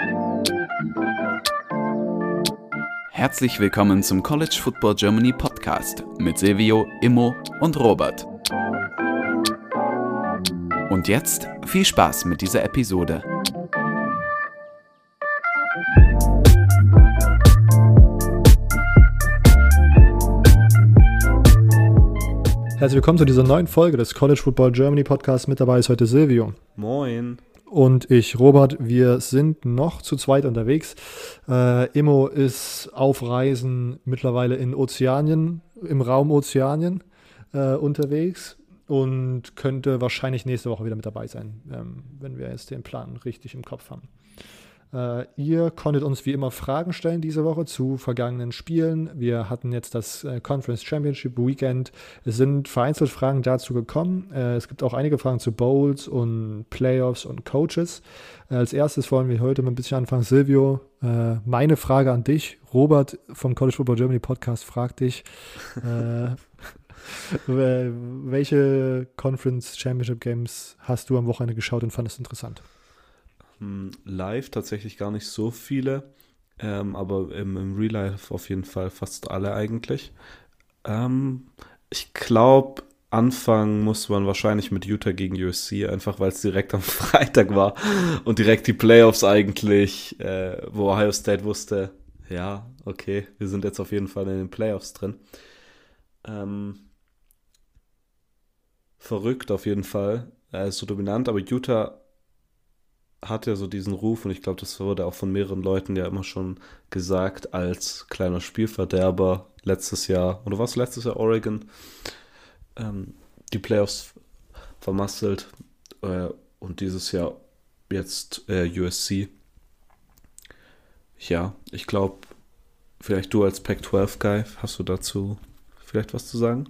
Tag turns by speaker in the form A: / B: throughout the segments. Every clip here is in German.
A: Herzlich willkommen zum College Football Germany Podcast mit Silvio, Immo und Robert. Und jetzt viel Spaß mit dieser Episode.
B: Herzlich willkommen zu dieser neuen Folge des College Football Germany Podcasts. Mit dabei ist heute Silvio.
C: Moin.
B: Und ich, Robert. Wir sind noch zu zweit unterwegs. Immo ist auf Reisen mittlerweile in Ozeanien, im Raum Ozeanien unterwegs und könnte wahrscheinlich nächste Woche wieder mit dabei sein, wenn wir jetzt den Plan richtig im Kopf haben. Ihr konntet uns wie immer Fragen stellen diese Woche zu vergangenen Spielen. Wir hatten jetzt das Conference Championship Weekend. Es sind vereinzelt Fragen dazu gekommen. Es gibt auch einige Fragen zu Bowls und Playoffs und Coaches. Als erstes wollen wir heute mit ein bisschen anfangen. Silvio, meine Frage an dich. Robert vom College Football Germany Podcast fragt dich, welche Conference Championship Games hast du am Wochenende geschaut und fandest interessant?
C: Live tatsächlich gar nicht so viele, aber im Real Life auf jeden Fall fast alle eigentlich. Ich glaube, anfangen muss man wahrscheinlich mit Utah gegen USC, einfach weil es direkt am Freitag war und direkt die Playoffs eigentlich, wo Ohio State wusste, ja, okay, wir sind jetzt auf jeden Fall in den Playoffs drin. Verrückt auf jeden Fall, so dominant, aber Utah hat ja so diesen Ruf, und ich glaube, das wurde auch von mehreren Leuten ja immer schon gesagt, als kleiner Spielverderber letztes Jahr, oder was letztes Jahr, Oregon, die Playoffs vermasselt, und dieses Jahr jetzt USC. Ja, ich glaube, vielleicht du als Pac-12-Guy, hast du dazu vielleicht was zu sagen?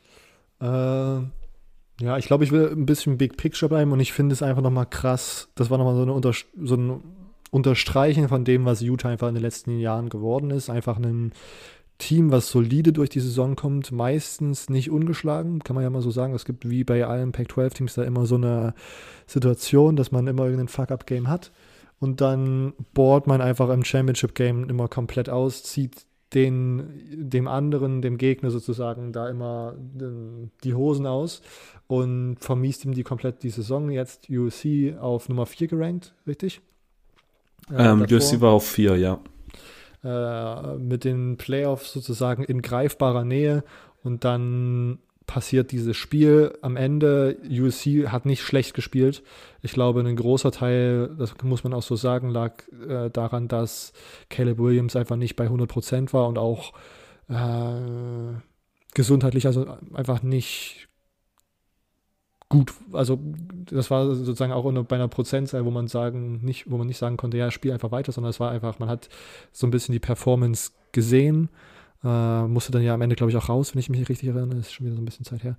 B: Ja, ich glaube, ich will ein bisschen Big Picture bleiben und ich finde es einfach nochmal krass. Das war nochmal so ein Unterstreichen von dem, was Utah einfach in den letzten Jahren geworden ist. Einfach ein Team, was solide durch die Saison kommt, meistens nicht ungeschlagen, kann man ja mal so sagen. Es gibt wie bei allen Pac-12-Teams da immer so eine Situation, dass man immer irgendein Fuck-Up-Game hat und dann bohrt man einfach im Championship-Game immer komplett aus, zieht dem anderen, dem Gegner sozusagen, da immer die Hosen aus und vermiest ihm die Saison. Jetzt USC auf Nummer 4 gerankt, richtig?
C: USC war auf 4, ja.
B: Mit den Playoffs sozusagen in greifbarer Nähe und dann passiert dieses Spiel am Ende. USC hat nicht schlecht gespielt. Ich glaube, ein großer Teil, das muss man auch so sagen, lag daran, dass Caleb Williams einfach nicht bei 100% war und auch gesundheitlich also einfach nicht gut. Also das war sozusagen auch bei einer Prozentzahl, wo man nicht sagen konnte, ja, spiel einfach weiter, sondern es war einfach, man hat so ein bisschen die Performance gesehen. Musste dann ja am Ende, glaube ich, auch raus, wenn ich mich richtig erinnere. Das ist schon wieder so ein bisschen Zeit her.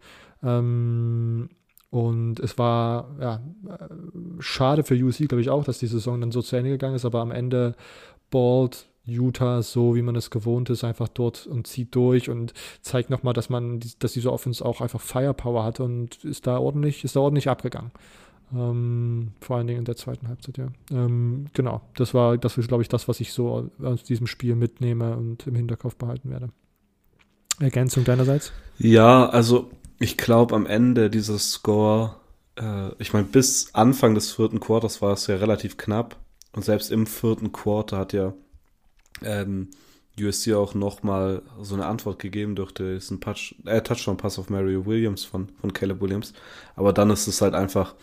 B: Und es war ja schade für USC, glaube ich, auch, dass die Saison dann so zu Ende gegangen ist. Aber am Ende ballt Utah so, wie man es gewohnt ist, einfach dort und zieht durch und zeigt nochmal, dass diese Offense auch einfach Firepower hat und ist da ordentlich abgegangen. Vor allen Dingen in der zweiten Halbzeit, ja. Genau, das ist, glaube ich, das, was ich so aus diesem Spiel mitnehme und im Hinterkopf behalten werde. Ergänzung deinerseits?
C: Ja, also ich glaube, am Ende dieses Score, ich meine, bis Anfang des 4. Quarters war es ja relativ knapp, und selbst im 4. Quarter hat ja USC auch nochmal so eine Antwort gegeben durch diesen Touchdown-Pass auf Mario Williams von Caleb Williams, aber dann ist es halt einfach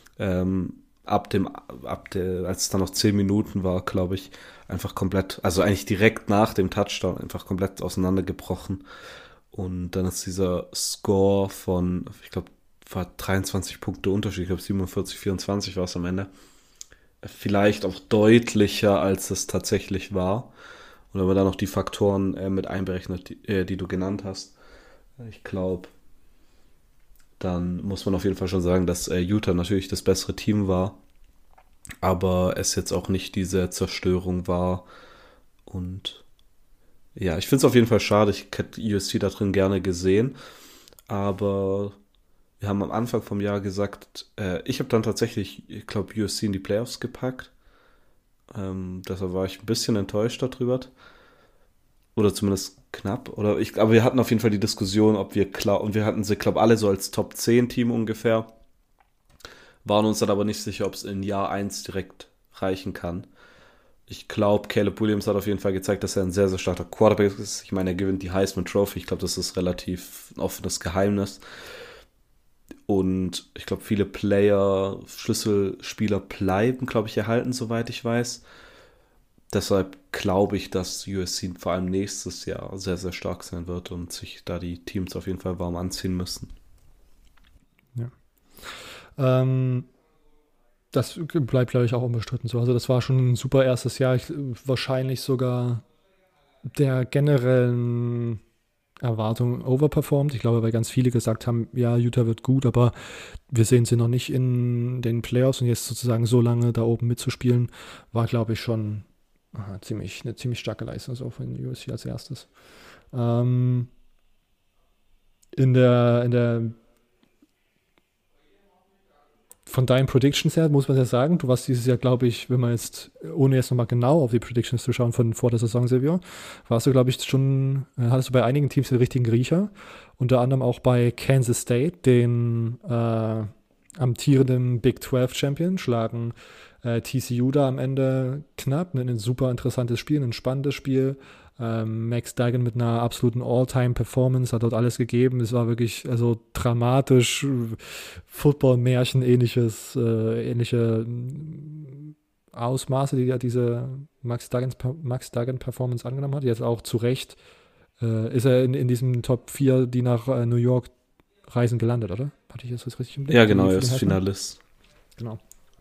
C: als es dann noch 10 Minuten war, glaube ich, einfach komplett, also eigentlich direkt nach dem Touchdown einfach komplett auseinandergebrochen. Und dann ist dieser Score von, ich glaube, war 23 Punkte Unterschied, ich glaube 47-24 war es am Ende, vielleicht auch deutlicher, als es tatsächlich war. Und wenn man da noch die Faktoren mit einberechnet, die du genannt hast, ich glaube, dann muss man auf jeden Fall schon sagen, dass Utah natürlich das bessere Team war, aber es jetzt auch nicht diese Zerstörung war. Und ja, ich finde es auf jeden Fall schade. Ich hätte USC da drin gerne gesehen, aber wir haben am Anfang vom Jahr gesagt, ich habe dann tatsächlich, ich glaube, USC in die Playoffs gepackt. Deshalb war ich ein bisschen enttäuscht darüber. Oder zumindest knapp. Aber wir hatten auf jeden Fall die Diskussion, ob wir und wir hatten sie, glaube ich, alle so als Top 10 Team ungefähr. Waren uns dann aber nicht sicher, ob es in Jahr 1 direkt reichen kann. Ich glaube, Caleb Williams hat auf jeden Fall gezeigt, dass er ein sehr, sehr starker Quarterback ist. Ich meine, er gewinnt die Heisman Trophy. Ich glaube, das ist relativ ein offenes Geheimnis. Und ich glaube, viele Schlüsselspieler bleiben, glaube ich, erhalten, soweit ich weiß. Deshalb glaube ich, dass USC vor allem nächstes Jahr sehr, sehr stark sein wird und sich da die Teams auf jeden Fall warm anziehen müssen.
B: Ja. Das bleibt, glaube ich, auch unbestritten so. Also das war schon ein super erstes Jahr. Wahrscheinlich sogar der generellen Erwartung overperformed. Ich glaube, weil ganz viele gesagt haben, ja, Utah wird gut, aber wir sehen sie noch nicht in den Playoffs und jetzt sozusagen so lange da oben mitzuspielen, war, glaube ich, schon eine ziemlich starke Leistung so von USC als erstes. In der von deinen Predictions her, muss man ja sagen, du warst dieses Jahr, glaube ich, wenn man jetzt, ohne jetzt nochmal genau auf die Predictions zu schauen von vor der Saison, Silvio, warst du, glaube ich, hattest du bei einigen Teams den richtigen Riecher, unter anderem auch bei Kansas State, den amtierenden Big 12 Champion, schlagen TCU da am Ende knapp, ein super interessantes Spiel, ein spannendes Spiel. Max Duggan mit einer absoluten All-Time-Performance hat dort alles gegeben. Es war wirklich dramatisch, Football-Märchen ähnliche Ausmaße, die ja diese Max Duggan-Performance angenommen hat. Jetzt auch zu Recht ist er in diesem Top 4, die nach New York reisen, gelandet, oder? Hatte ich das richtig im Blick?
C: Ja, genau, er ist Finalist.
B: Genau.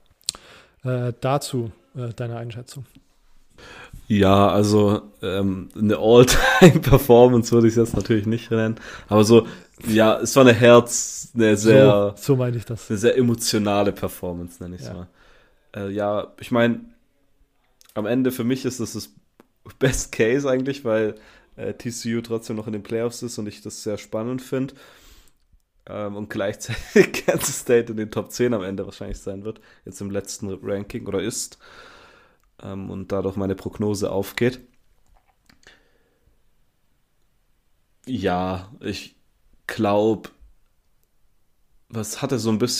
B: Dazu deine Einschätzung.
C: Ja, also eine All-Time-Performance würde ich es jetzt natürlich nicht nennen. Aber so, ja, es war
B: so meine ich das.
C: Eine sehr emotionale Performance, nenne ich es mal. Ja, ich meine, am Ende für mich ist das Best Case eigentlich, weil TCU trotzdem noch in den Playoffs ist und ich das sehr spannend finde. Und gleichzeitig Kansas State in den Top 10 am Ende wahrscheinlich sein wird, jetzt im letzten Ranking oder ist. Und dadurch meine Prognose aufgeht. Ja, ich glaube, das Spiel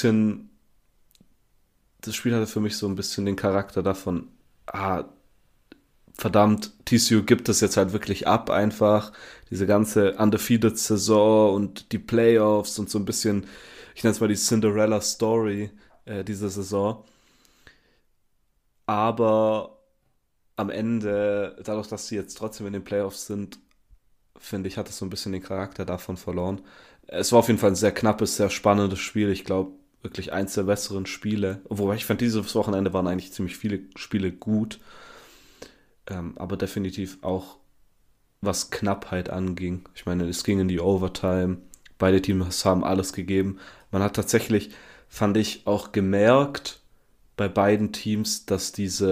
C: hatte für mich so ein bisschen den Charakter davon, verdammt, TCU gibt es jetzt halt wirklich ab einfach, diese ganze Undefeated-Saison und die Playoffs und so ein bisschen, ich nenne es mal die Cinderella-Story dieser Saison. Aber am Ende, dadurch, dass sie jetzt trotzdem in den Playoffs sind, finde ich, hat es so ein bisschen den Charakter davon verloren. Es war auf jeden Fall ein sehr knappes, sehr spannendes Spiel. Ich glaube, wirklich eins der besseren Spiele. Wobei ich fand, dieses Wochenende waren eigentlich ziemlich viele Spiele gut. Aber definitiv auch, was Knappheit anging. Ich meine, es ging in die Overtime. Beide Teams haben alles gegeben. Man hat tatsächlich, fand ich, auch gemerkt bei beiden Teams, dass ich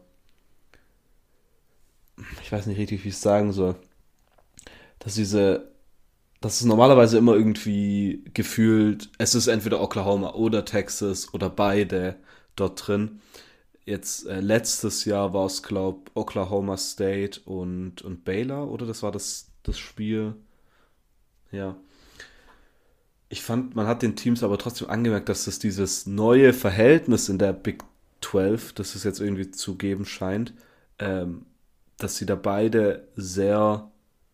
C: weiß nicht richtig, wie ich es sagen soll, dass es normalerweise immer irgendwie gefühlt, es ist entweder Oklahoma oder Texas oder beide dort drin. Jetzt letztes Jahr war es, glaube ich, Oklahoma State und Baylor, oder? Das war das Spiel. Ja. Ich fand, man hat den Teams aber trotzdem angemerkt, dass es dieses neue Verhältnis in der Big 12, das es jetzt irgendwie zu geben scheint, dass sie da beide sehr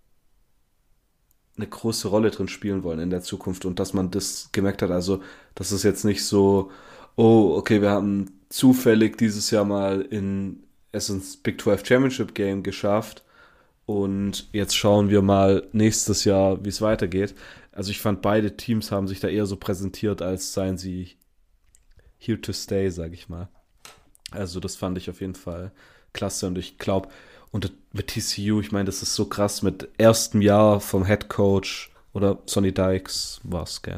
C: eine große Rolle drin spielen wollen in der Zukunft und dass man das gemerkt hat, also dass es jetzt nicht so, oh, okay, wir haben zufällig dieses Jahr mal ins Big 12 Championship Game geschafft und jetzt schauen wir mal nächstes Jahr, wie es weitergeht. Also ich fand, beide Teams haben sich da eher so präsentiert, als seien sie here to stay, sag ich mal. Also das fand ich auf jeden Fall klasse und ich glaube, und mit TCU, ich meine, das ist so krass, mit erstem Jahr vom Head Coach oder Sonny Dykes war es, gell?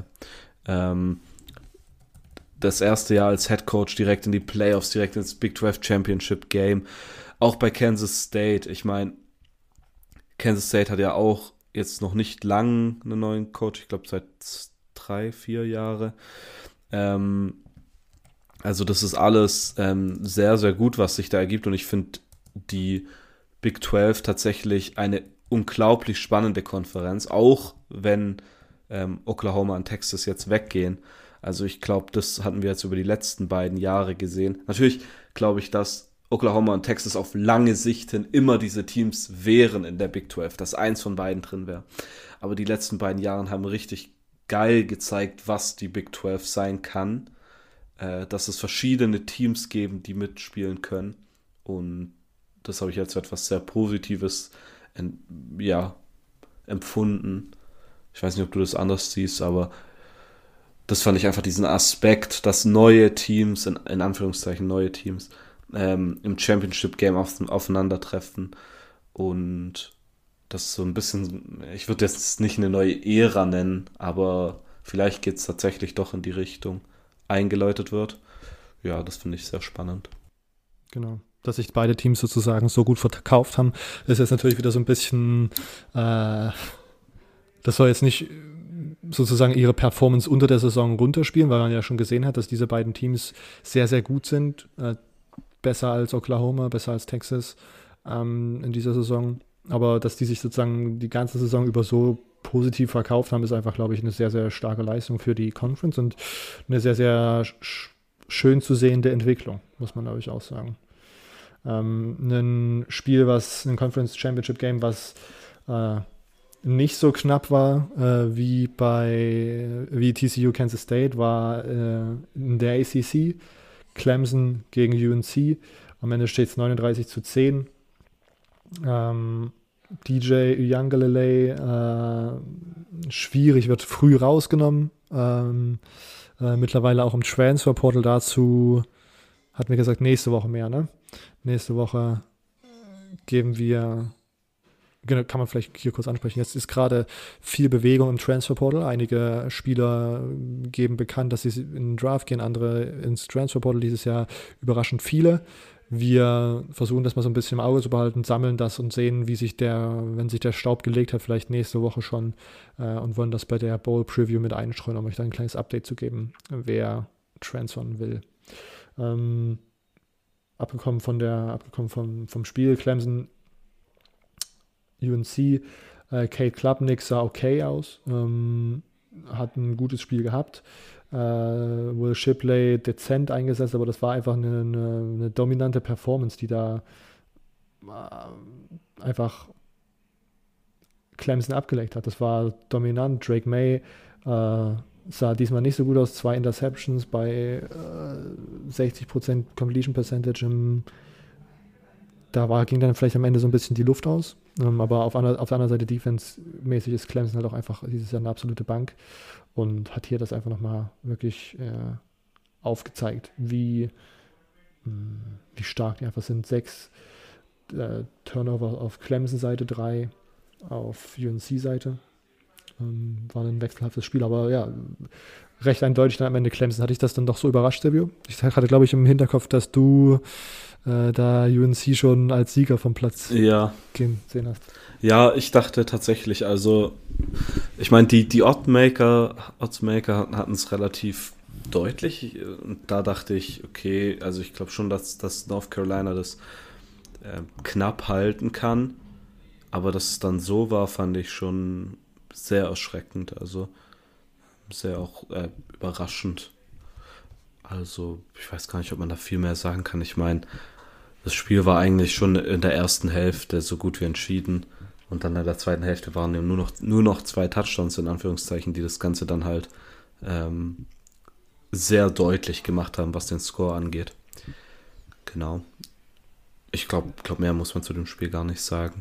C: Das erste Jahr als Head Coach direkt in die Playoffs, direkt ins Big 12 Championship Game. Auch bei Kansas State. Ich meine, Kansas State hat ja auch jetzt noch nicht lang einen neuen Coach. Ich glaube, seit 3-4 Jahre. Also das ist alles sehr, sehr gut, was sich da ergibt. Und ich finde die Big 12 tatsächlich eine unglaublich spannende Konferenz, auch wenn Oklahoma und Texas jetzt weggehen. Also ich glaube, das hatten wir jetzt über die letzten beiden Jahre gesehen. Natürlich glaube ich, dass Oklahoma und Texas auf lange Sicht hin immer diese Teams wären in der Big 12, dass eins von beiden drin wäre. Aber die letzten beiden Jahre haben richtig geil gezeigt, was die Big 12 sein kann. Dass es verschiedene Teams geben, die mitspielen können. Und das habe ich als etwas sehr Positives empfunden. Ich weiß nicht, ob du das anders siehst, aber das fand ich einfach diesen Aspekt, dass neue Teams, in Anführungszeichen neue Teams, im Championship-Game aufeinandertreffen. Und das ist so ein bisschen, ich würde jetzt nicht eine neue Ära nennen, aber vielleicht geht es tatsächlich doch in die Richtung, eingeläutet wird. Ja, das finde ich sehr spannend.
B: Genau. Dass sich beide Teams sozusagen so gut verkauft haben, ist jetzt natürlich wieder so ein bisschen, das soll jetzt nicht sozusagen ihre Performance unter der Saison runterspielen, weil man ja schon gesehen hat, dass diese beiden Teams sehr, sehr gut sind. Besser als Oklahoma, besser als Texas in dieser Saison. Aber dass die sich sozusagen die ganze Saison über so positiv verkauft haben, ist einfach, glaube ich, eine sehr, sehr starke Leistung für die Conference und eine sehr, sehr schön zu sehende Entwicklung, muss man, glaube ich, auch sagen. Ein Spiel, ein Conference Championship Game, was nicht so knapp war wie TCU Kansas State, war in der ACC. Clemson gegen UNC. Am Ende steht es 39-10. DJ Uiagalelei schwierig, wird früh rausgenommen. Mittlerweile auch im Transferportal dazu, hat mir gesagt, nächste Woche mehr, ne? Nächste Woche geben wir, kann man vielleicht hier kurz ansprechen, jetzt ist gerade viel Bewegung im Transferportal. Einige Spieler geben bekannt, dass sie in den Draft gehen, andere ins Transferportal dieses Jahr, überraschend viele. Wir versuchen das mal so ein bisschen im Auge zu behalten, sammeln das und sehen, wenn sich der Staub gelegt hat, vielleicht nächste Woche schon und wollen das bei der Bowl-Preview mit einstreuen, um euch da ein kleines Update zu geben, wer transfern will. Abgekommen vom Spiel Clemson UNC, Kate Klubnik sah okay aus, hat ein gutes Spiel gehabt. Will Shipley dezent eingesetzt, aber das war einfach eine dominante Performance, die da einfach Clemson abgelegt hat. Das war dominant. Drake May sah diesmal nicht so gut aus. 2 Interceptions bei 60% Completion Percentage. Ging dann vielleicht am Ende so ein bisschen die Luft aus. Aber auf der anderen Seite Defense-mäßig ist Clemson halt auch einfach dieses Jahr eine absolute Bank und hat hier das einfach nochmal wirklich aufgezeigt, wie stark die einfach sind. 6 Turnover auf Clemson-Seite, 3 auf UNC-Seite. War ein wechselhaftes Spiel, aber ja, recht eindeutig dann am Ende Clemson. Hatte ich das dann doch so überrascht, Silvio? Ich hatte, glaube ich, im Hinterkopf, dass du da UNC schon als Sieger vom Platz gehen sehen hast.
C: Ja, ich dachte tatsächlich, also ich meine, die Oddsmaker hatten es relativ deutlich und da dachte ich, okay, also ich glaube schon, dass North Carolina das knapp halten kann, aber dass es dann so war, fand ich schon sehr erschreckend, also sehr auch überraschend. Also ich weiß gar nicht, ob man da viel mehr sagen kann. Ich meine, das Spiel war eigentlich schon in der ersten Hälfte so gut wie entschieden. Und dann in der zweiten Hälfte waren nur noch 2 Touchdowns in Anführungszeichen, die das Ganze dann halt sehr deutlich gemacht haben, was den Score angeht. Genau. Ich glaube, mehr muss man zu dem Spiel gar nicht sagen.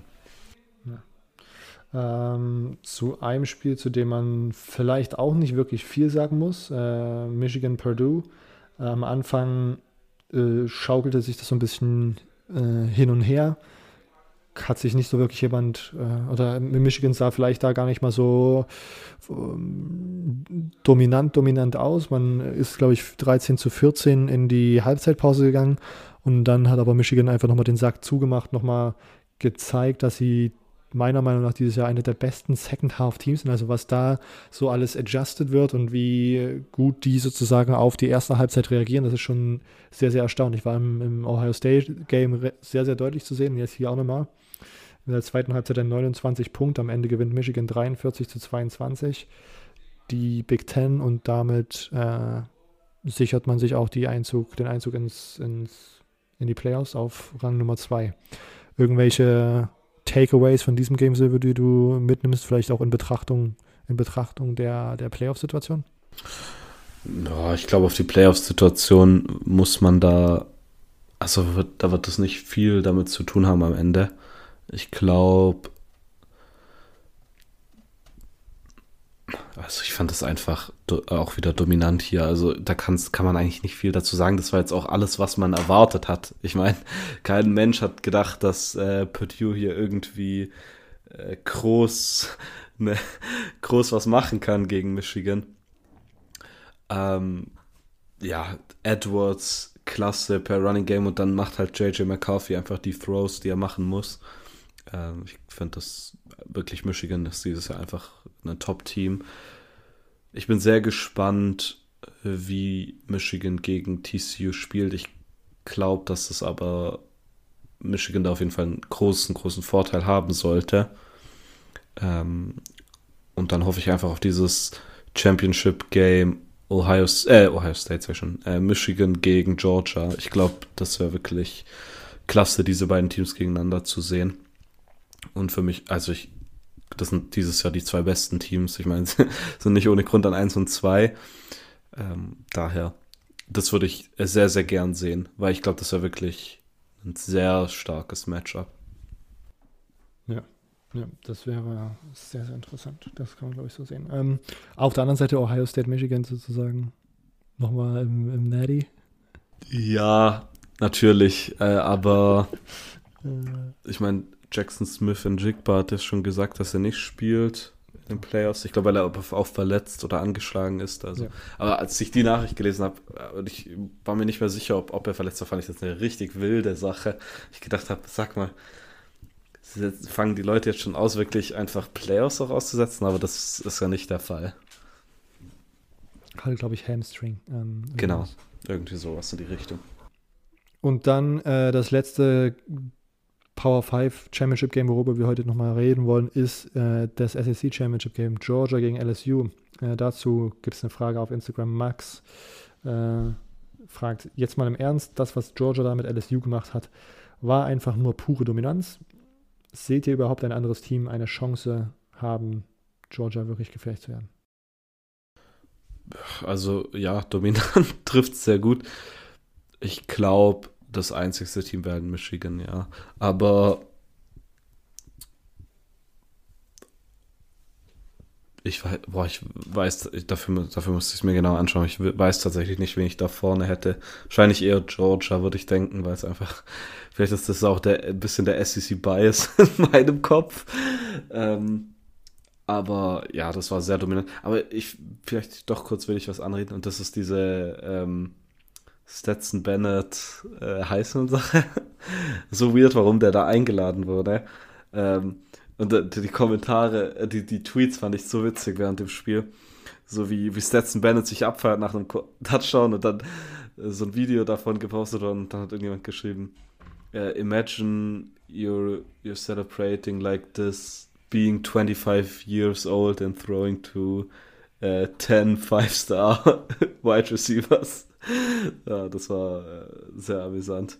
B: Ja. Zu einem Spiel, zu dem man vielleicht auch nicht wirklich viel sagen muss, Michigan-Purdue. Am Anfang schaukelte sich das so ein bisschen hin und her. Hat sich nicht so wirklich jemand, oder Michigan sah vielleicht da gar nicht mal so dominant aus. Man ist, glaube ich, 13-14 in die Halbzeitpause gegangen und dann hat aber Michigan einfach nochmal den Sack zugemacht, nochmal gezeigt, dass sie meiner Meinung nach dieses Jahr eine der besten Second-Half-Teams sind. Also was da so alles adjusted wird und wie gut die sozusagen auf die erste Halbzeit reagieren, das ist schon sehr, sehr erstaunlich. War im Ohio State-Game sehr, sehr deutlich zu sehen. Und jetzt hier auch nochmal. In der zweiten Halbzeit dann 29 Punkte. Am Ende gewinnt Michigan 43-22. Die Big Ten und damit sichert man sich auch den Einzug in die Playoffs auf Rang Nummer 2. Irgendwelche Takeaways von diesem Game, Silvio, die du mitnimmst, vielleicht auch in Betrachtung der Playoff-Situation?
C: Ja, ich glaube, auf die Playoff-Situation muss man da wird das nicht viel damit zu tun haben am Ende. Ich glaube, also ich fand das einfach auch wieder dominant hier. Also da kann man eigentlich nicht viel dazu sagen. Das war jetzt auch alles, was man erwartet hat. Ich meine, kein Mensch hat gedacht, dass Purdue hier irgendwie groß was machen kann gegen Michigan. Ja, Edwards, klasse per Running Game und dann macht halt J.J. McCarthy einfach die Throws, die er machen muss. Ich finde das wirklich, Michigan ist dieses Jahr einfach ein Top-Team. Ich bin sehr gespannt, wie Michigan gegen TCU spielt. Ich glaube, dass es aber Michigan da auf jeden Fall einen großen Vorteil haben sollte. Und dann hoffe ich einfach auf dieses Championship-Game Ohio State, sag ich schon, Michigan gegen Georgia. Ich glaube, das wäre wirklich klasse, diese beiden Teams gegeneinander zu sehen. Und für mich, das sind dieses Jahr die zwei besten Teams. Ich meine, sind nicht ohne Grund an 1 und 2. Daher, das würde ich sehr, sehr gern sehen, weil ich glaube, das wäre wirklich ein sehr starkes Matchup.
B: Ja, das wäre sehr, sehr interessant. Das kann man, glaube ich, so sehen. Auf der anderen Seite Ohio State, Michigan sozusagen nochmal im Natty.
C: Ja, natürlich, aber ich meine, Jackson Smith und Jigba hat ja schon gesagt, dass er nicht spielt in den Playoffs. Ich glaube, weil er auch verletzt oder angeschlagen ist. Also. Ja. Aber als ich die Nachricht gelesen habe, ich war mir nicht mehr sicher, ob er verletzt war, fand ich das eine richtig wilde Sache. Ich gedacht habe, sag mal, fangen die Leute jetzt schon aus, wirklich einfach Playoffs auch auszusetzen, aber das ist ja nicht der Fall.
B: Halt, glaube ich, Hamstring.
C: Genau, irgendwie sowas in die Richtung.
B: Und dann das letzte Power 5 Championship Game, worüber wir heute nochmal reden wollen, ist das SEC Championship Game, Georgia gegen LSU. Dazu gibt es eine Frage auf Instagram. Max fragt jetzt mal im Ernst, das, was Georgia da mit LSU gemacht hat, war einfach nur pure Dominanz. Seht ihr überhaupt ein anderes Team eine Chance haben, Georgia wirklich gefährlich zu werden?
C: Also ja, dominant trifft sehr gut. Ich glaube, das einzigste Team wäre in Michigan, ja. Aber ich weiß, dafür müsste ich es mir genau anschauen. Ich weiß tatsächlich nicht, wen ich da vorne hätte. Wahrscheinlich eher Georgia, würde ich denken, weil es einfach, vielleicht ist das auch ein bisschen der SEC-Bias in meinem Kopf. Aber ja, das war sehr dominant. Aber vielleicht doch kurz will ich was anreden und das ist diese Stetson Bennett Heisman-Sache. So weird, warum der da eingeladen wurde. Und die Kommentare, die Tweets fand ich so witzig während dem Spiel. So wie Stetson Bennett sich abfeiert nach einem Touchdown und dann so ein Video davon gepostet und dann hat irgendjemand geschrieben, imagine you're celebrating like this, being 25 years old and throwing to 10 5-star wide receivers. Ja, das war sehr amüsant.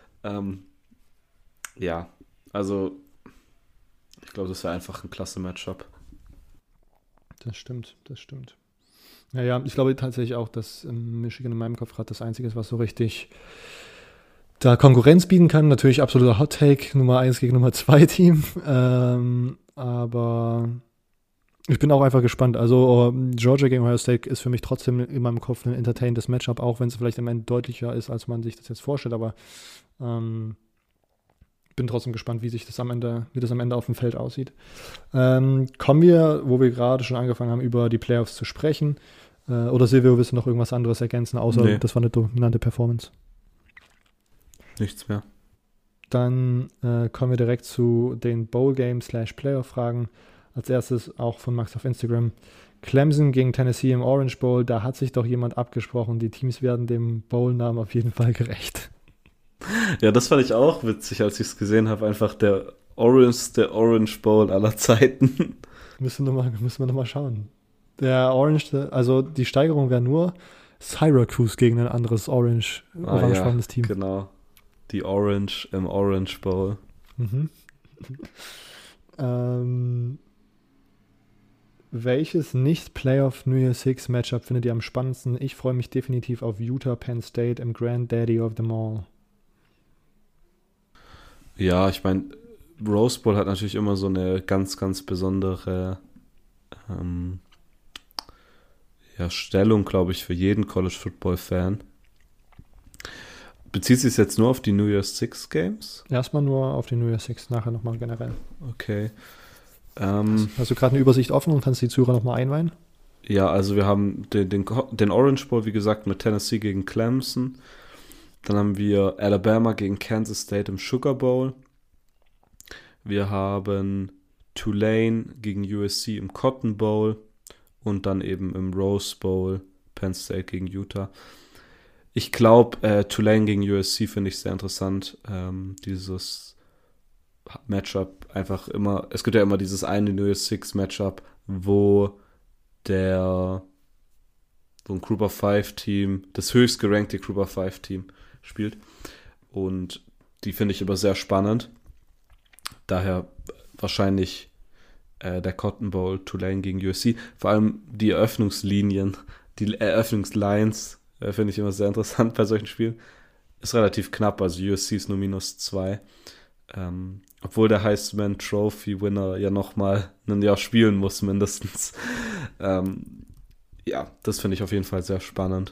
C: Ja, also ich glaube, das wäre einfach ein klasse Matchup.
B: Das stimmt. Naja, ich glaube tatsächlich auch, dass Michigan in meinem Kopf gerade das Einzige ist, was so richtig da Konkurrenz bieten kann. Natürlich absoluter Hot-Take, Nummer 1 gegen Nummer 2 Team. Aber ich bin auch einfach gespannt. Also Georgia gegen Ohio State ist für mich trotzdem in meinem Kopf ein entertainendes Matchup, auch wenn es vielleicht am Ende deutlicher ist, als man sich das jetzt vorstellt. Aber bin trotzdem gespannt, wie das am Ende auf dem Feld aussieht. Kommen wir, wo wir gerade schon angefangen haben, über die Playoffs zu sprechen. Oder Silvio, willst du noch irgendwas anderes ergänzen, außer das war eine dominante Performance?
C: Nichts mehr.
B: Dann kommen wir direkt zu den Bowl-Game/Playoff-Fragen. Als erstes auch von Max auf Instagram. Clemson gegen Tennessee im Orange Bowl, da hat sich doch jemand abgesprochen. Die Teams werden dem Bowl-Namen auf jeden Fall gerecht.
C: Ja, das fand ich auch witzig, als ich es gesehen habe. Einfach der Orange Bowl aller Zeiten.
B: Müssen wir noch mal schauen. Der Orange, also die Steigerung wäre nur Syracuse gegen ein anderes orangefarbenes Team.
C: Genau. Die Orange im Orange Bowl.
B: Mhm. Welches Nicht-Playoff New Year's Six Matchup findet ihr am spannendsten? Ich freue mich definitiv auf Utah Penn State im Granddaddy of them all.
C: Ja, ich meine, Rose Bowl hat natürlich immer so eine ganz, ganz besondere Stellung, glaube ich, für jeden College-Football-Fan. Bezieht sich jetzt nur auf die New Year's Six Games?
B: Erstmal nur auf die New Year's Six, nachher nochmal generell.
C: Okay.
B: Hast du gerade eine Übersicht offen und kannst die Zuhörer nochmal einweihen?
C: Ja, also wir haben den Orange Bowl, wie gesagt, mit Tennessee gegen Clemson. Dann haben wir Alabama gegen Kansas State im Sugar Bowl. Wir haben Tulane gegen USC im Cotton Bowl. Und dann eben im Rose Bowl Penn State gegen Utah. Ich glaube, Tulane gegen USC finde ich sehr interessant. Dieses Matchup einfach immer, es gibt ja immer dieses eine New Year's Six Matchup, wo ein Group of Five Team, das höchst gerankte Group of Five Team spielt. Und die finde ich immer sehr spannend. Daher wahrscheinlich der Cotton Bowl, Tulane gegen USC. Vor allem die Eröffnungslines finde ich immer sehr interessant bei solchen Spielen. Ist relativ knapp, also USC ist nur -2. Obwohl der Heisman Trophy Winner ja nochmal ein Jahr spielen muss, mindestens. Ja, das finde ich auf jeden Fall sehr spannend.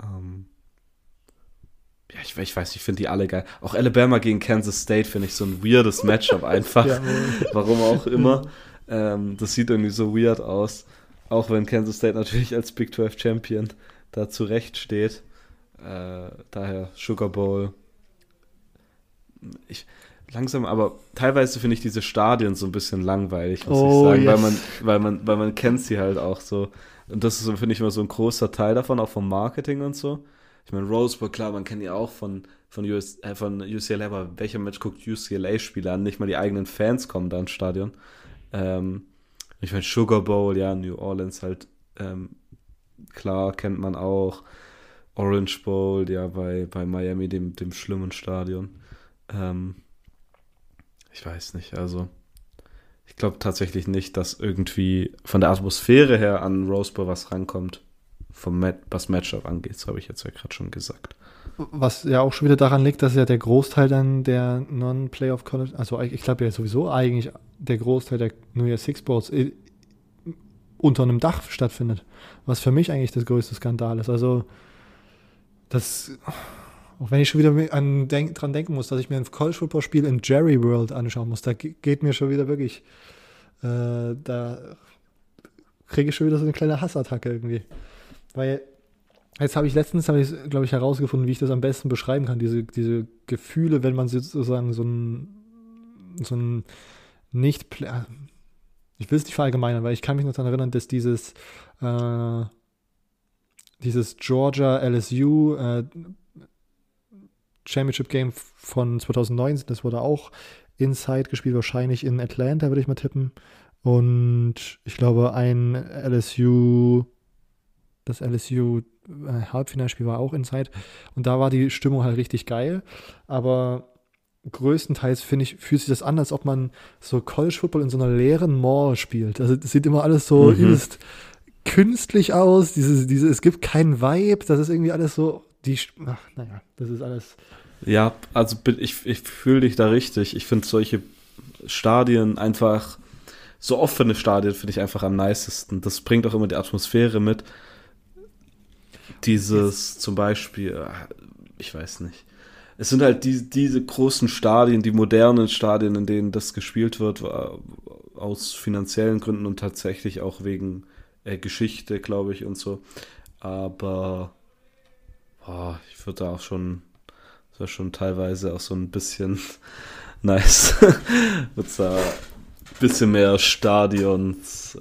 C: Ja, ich weiß nicht, ich finde die alle geil. Auch Alabama gegen Kansas State finde ich so ein weirdes Matchup einfach. Ja. Warum auch immer. Das sieht irgendwie so weird aus. Auch wenn Kansas State natürlich als Big 12 Champion da zurecht steht. Daher Sugar Bowl. Langsam, aber teilweise finde ich diese Stadien so ein bisschen langweilig, muss ich sagen, yes. weil man kennt sie halt auch so. Und das ist, finde ich, immer so ein großer Teil davon, auch vom Marketing und so. Ich meine, Rose Bowl, klar, man kennt ja auch von UCLA, aber welcher Match guckt UCLA-Spieler an? Nicht mal die eigenen Fans kommen da ins Stadion. Ich meine, Sugar Bowl, ja, New Orleans halt, klar, kennt man auch. Orange Bowl, ja, bei Miami, dem schlimmen Stadion. Ich weiß nicht, also ich glaube tatsächlich nicht, dass irgendwie von der Atmosphäre her an Rose Bowl was rankommt, was Matchup angeht, das habe ich jetzt ja gerade schon gesagt.
B: Was ja auch schon wieder daran liegt, dass ja der Großteil dann der Non-Playoff College, also ich glaube ja sowieso eigentlich der Großteil der New Year's Six Bowls unter einem Dach stattfindet, was für mich eigentlich das größte Skandal ist. Also das, auch wenn ich schon wieder dran denken muss, dass ich mir ein College-Football-Spiel in Jerry World anschauen muss, da geht mir schon wieder wirklich, da kriege ich schon wieder so eine kleine Hassattacke irgendwie. Weil jetzt habe ich glaube ich, herausgefunden, wie ich das am besten beschreiben kann, diese Gefühle, wenn man sozusagen so ein nicht, ich will es nicht verallgemeinern, weil ich kann mich noch daran erinnern, dass dieses Georgia LSU Championship Game von 2019, das wurde auch Inside gespielt, wahrscheinlich in Atlanta, würde ich mal tippen. Und ich glaube, das LSU Halbfinalspiel war auch Inside. Und da war die Stimmung halt richtig geil. Aber größtenteils, finde ich, fühlt sich das an, als ob man so College Football in so einer leeren Mall spielt. Also das sieht immer alles so übelst künstlich aus. Es gibt keinen Vibe. Das ist irgendwie alles so, das ist alles.
C: Ja, also ich fühle dich da richtig. Ich finde solche Stadien einfach, so offene Stadien finde ich einfach am nicesten. Das bringt auch immer die Atmosphäre mit. Dieses zum Beispiel, ich weiß nicht. Es sind halt diese großen Stadien, die modernen Stadien, in denen das gespielt wird, aus finanziellen Gründen und tatsächlich auch wegen Geschichte, glaube ich, und so. Aber ich würde da auch schon Das war schon teilweise auch so ein bisschen nice. Wird es da ein bisschen mehr Stadions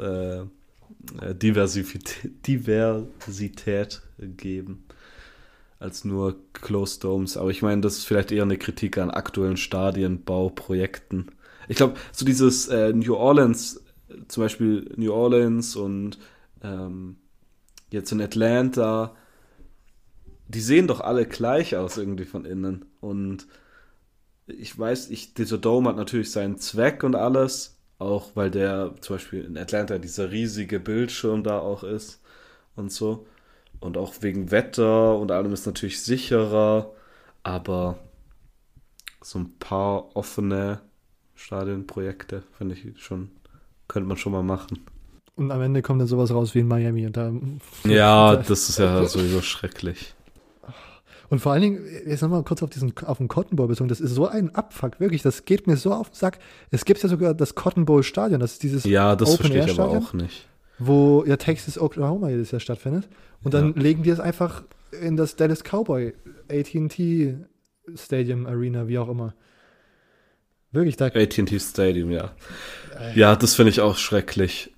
C: Diversität geben als nur Closed Domes. Aber ich meine, das ist vielleicht eher eine Kritik an aktuellen Stadienbauprojekten. Ich glaube, so dieses New Orleans, zum Beispiel New Orleans und jetzt in Atlanta, die sehen doch alle gleich aus irgendwie von innen. Und ich weiß, dieser Dome hat natürlich seinen Zweck und alles, auch weil der zum Beispiel in Atlanta dieser riesige Bildschirm da auch ist und so. Und auch wegen Wetter und allem ist natürlich sicherer, aber so ein paar offene Stadionprojekte, finde ich schon, könnte man schon mal machen.
B: Und am Ende kommt dann sowas raus wie in Miami. Und da,
C: ja, das ist ja sowieso schrecklich.
B: Und vor allen Dingen, jetzt nochmal kurz auf den Cotton Bowl bezogen, das ist so ein Abfuck, wirklich, das geht mir so auf den Sack. Es gibt ja sogar das Cotton Bowl Stadion, das ist dieses
C: ja, das verstehe ich aber
B: Open-Air-Stadion,
C: auch nicht.
B: wo ja Texas, Oklahoma jedes Jahr stattfindet. Und dann legen die es einfach in das Dallas Cowboy, AT&T Stadium Arena, wie auch immer. Wirklich, da...
C: AT&T Stadium, ja. Ja, das finde ich auch schrecklich.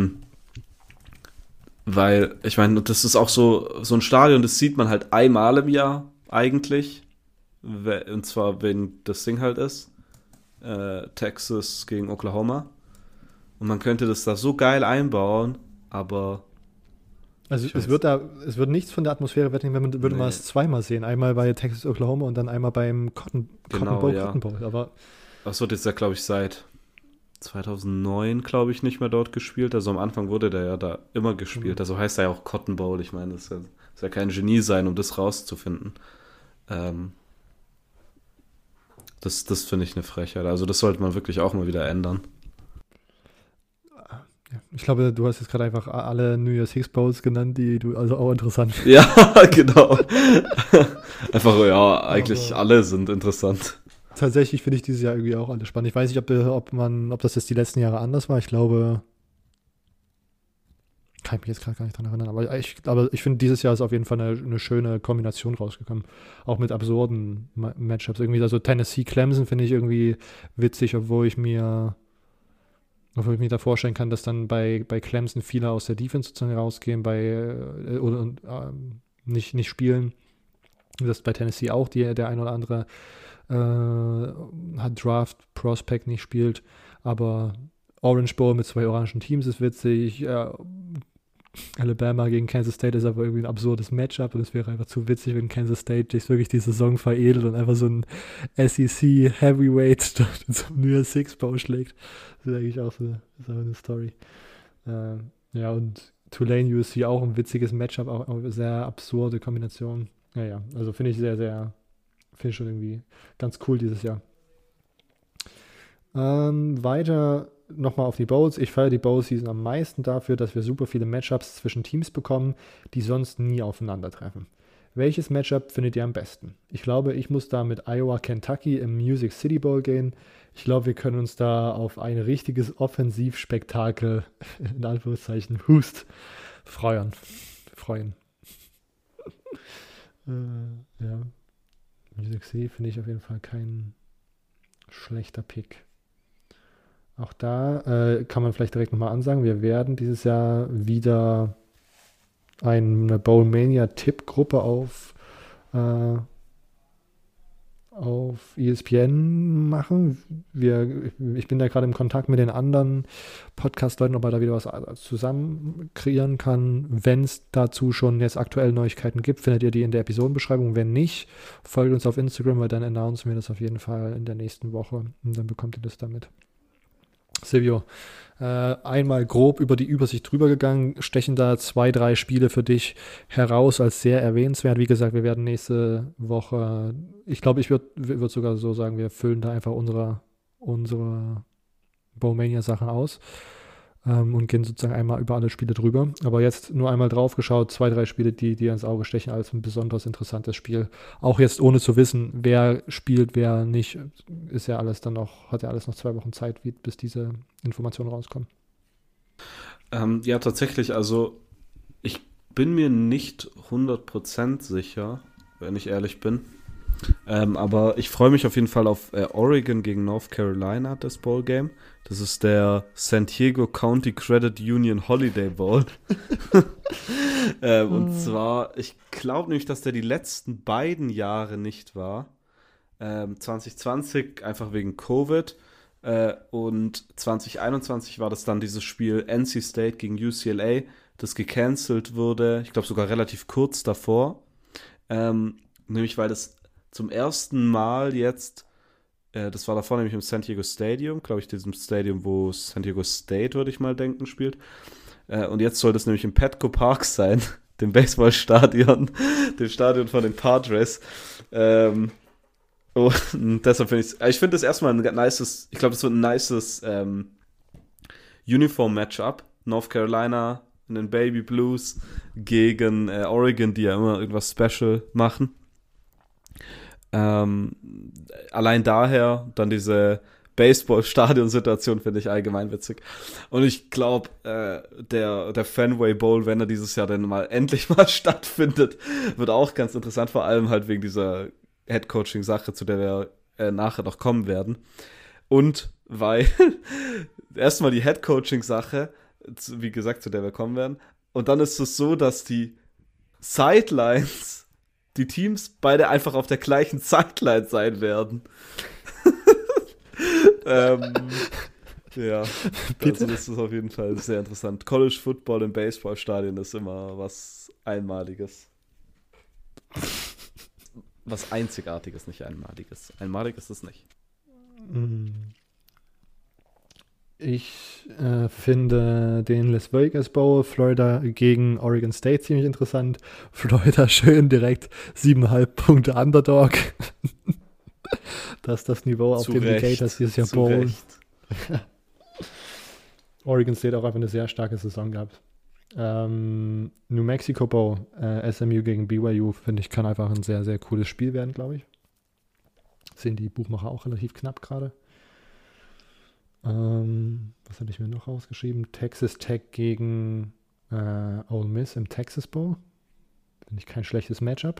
C: Weil, ich meine, das ist auch so ein Stadion, das sieht man halt einmal im Jahr eigentlich. Und zwar, wenn das Ding halt ist. Texas gegen Oklahoma. Und man könnte das da so geil einbauen, aber...
B: Also es wird nichts von der Atmosphäre wegnehmen, würde man es zweimal sehen. Einmal bei Texas, Oklahoma und dann einmal beim Cotton Bowl. Aber
C: das wird jetzt ja, glaube ich, seit 2009, glaube ich, nicht mehr dort gespielt. Also am Anfang wurde der ja da immer gespielt. Also heißt er ja auch Cotton Bowl. Ich meine, das ist ja kein Genie sein, um das rauszufinden. Das finde ich eine Frechheit. Also das sollte man wirklich auch mal wieder ändern.
B: Ich glaube, du hast jetzt gerade einfach alle New Year's Six Bowls genannt, die du also auch interessant findest.
C: Ja, genau. Einfach, ja, eigentlich alle sind interessant.
B: Tatsächlich finde ich dieses Jahr irgendwie auch alle spannend. Ich weiß nicht, ob das jetzt die letzten Jahre anders war. Ich glaube, kann ich mich jetzt gerade gar nicht dran erinnern. Aber ich finde, dieses Jahr ist auf jeden Fall eine schöne Kombination rausgekommen. Auch mit absurden Matchups. Irgendwie, also Tennessee Clemson finde ich irgendwie witzig, obwohl ich mir da vorstellen kann, dass dann bei Clemson viele aus der Defense sozusagen rausgehen, nicht spielen. Das ist bei Tennessee auch der ein oder andere hat Draft Prospect nicht spielt, aber Orange Bowl mit 2 orangen Teams ist witzig. Alabama gegen Kansas State ist aber irgendwie ein absurdes Matchup und es wäre einfach zu witzig, wenn Kansas State sich wirklich die Saison veredelt und einfach so ein SEC Heavyweight zum New Year's Six Bowl schlägt. Das ist eigentlich auch so eine Story. Ja, und Tulane USC auch ein witziges Matchup, auch eine sehr absurde Kombination. Ja, also finde ich finde ich schon irgendwie ganz cool dieses Jahr. Weiter nochmal auf die Bowls. Ich feiere die Bowl-Season am meisten dafür, dass wir super viele Matchups zwischen Teams bekommen, die sonst nie aufeinandertreffen. Welches Matchup findet ihr am besten? Ich glaube, ich muss da mit Iowa-Kentucky im Music City Bowl gehen. Ich glaube, wir können uns da auf ein richtiges Offensivspektakel, in Anführungszeichen, freuen. Ja. Music City finde ich auf jeden Fall kein schlechter Pick. Auch da kann man vielleicht direkt nochmal ansagen, wir werden dieses Jahr wieder eine Bowlmania-Tipp-Gruppe auf ESPN machen. Ich bin da gerade im Kontakt mit den anderen Podcast-Leuten, ob man da wieder was zusammen kreieren kann. Wenn es dazu schon jetzt aktuell Neuigkeiten gibt, findet ihr die in der Episodenbeschreibung. Wenn nicht, folgt uns auf Instagram, weil dann announcen wir das auf jeden Fall in der nächsten Woche und dann bekommt ihr das damit. Silvio, einmal grob über die Übersicht drüber gegangen, stechen da 2, 3 Spiele für dich heraus als sehr erwähnenswert. Wie gesagt, wir werden nächste Woche, ich glaube, ich würde sogar so sagen, wir füllen da einfach unsere Bowlmania-Sachen aus und gehen sozusagen einmal über alle Spiele drüber. Aber jetzt nur einmal drauf geschaut, 2, 3 Spiele, die ins Auge stechen als ein besonders interessantes Spiel. Auch jetzt ohne zu wissen, wer spielt, wer nicht, hat ja alles noch 2 Wochen Zeit, bis diese Informationen rauskommen.
C: Ja, tatsächlich, also ich bin mir nicht 100% sicher, wenn ich ehrlich bin. Aber ich freue mich auf jeden Fall auf Oregon gegen North Carolina, das Bowl-Game. Das ist der San Diego County Credit Union Holiday Bowl. Und zwar, ich glaube nämlich, dass der die letzten beiden Jahre nicht war. 2020 einfach wegen Covid. Und 2021 war das dann dieses Spiel NC State gegen UCLA, das gecancelt wurde. Ich glaube sogar relativ kurz davor. Nämlich, weil das zum ersten Mal jetzt, das war davor nämlich im San Diego Stadium, glaube ich, diesem Stadium, wo San Diego State, würde ich mal denken, spielt. Und jetzt soll das nämlich im Petco Park sein, dem Baseballstadion, dem Stadion von den Padres. Und deshalb ich finde das erstmal ein nices, ich glaube, das wird ein nices Uniform-Matchup. North Carolina in den Baby Blues gegen Oregon, die ja immer irgendwas Special machen. Allein daher dann diese Baseball-Stadion-Situation finde ich allgemein witzig. Und ich glaube, der Fenway Bowl, wenn er dieses Jahr dann mal endlich mal stattfindet, wird auch ganz interessant, vor allem halt wegen dieser Head-Coaching-Sache, zu der wir nachher noch kommen werden. Und weil erstmal die Head-Coaching-Sache, wie gesagt, zu der wir kommen werden. Und dann ist es so, dass die Sidelines, die Teams beide einfach auf der gleichen Sideline sein werden. Ja, also das ist auf jeden Fall sehr interessant. College Football im Baseballstadion ist immer was Einmaliges. Was Einzigartiges, nicht Einmaliges. Einmalig ist es nicht.
B: Ich finde den Las Vegas Bowl, Florida gegen Oregon State, ziemlich interessant. Florida schön direkt 7,5 Punkte Underdog. Das ist das Niveau, auf dem die Gators dieses Jahr bowlen. Oregon State auch einfach eine sehr starke Saison gehabt. New Mexico Bowl, SMU gegen BYU, finde ich, kann einfach ein sehr, sehr cooles Spiel werden, glaube ich. Sehen die Buchmacher auch relativ knapp gerade. Was hatte ich mir noch rausgeschrieben? Texas Tech gegen Ole Miss im Texas Bowl. Finde ich kein schlechtes Matchup.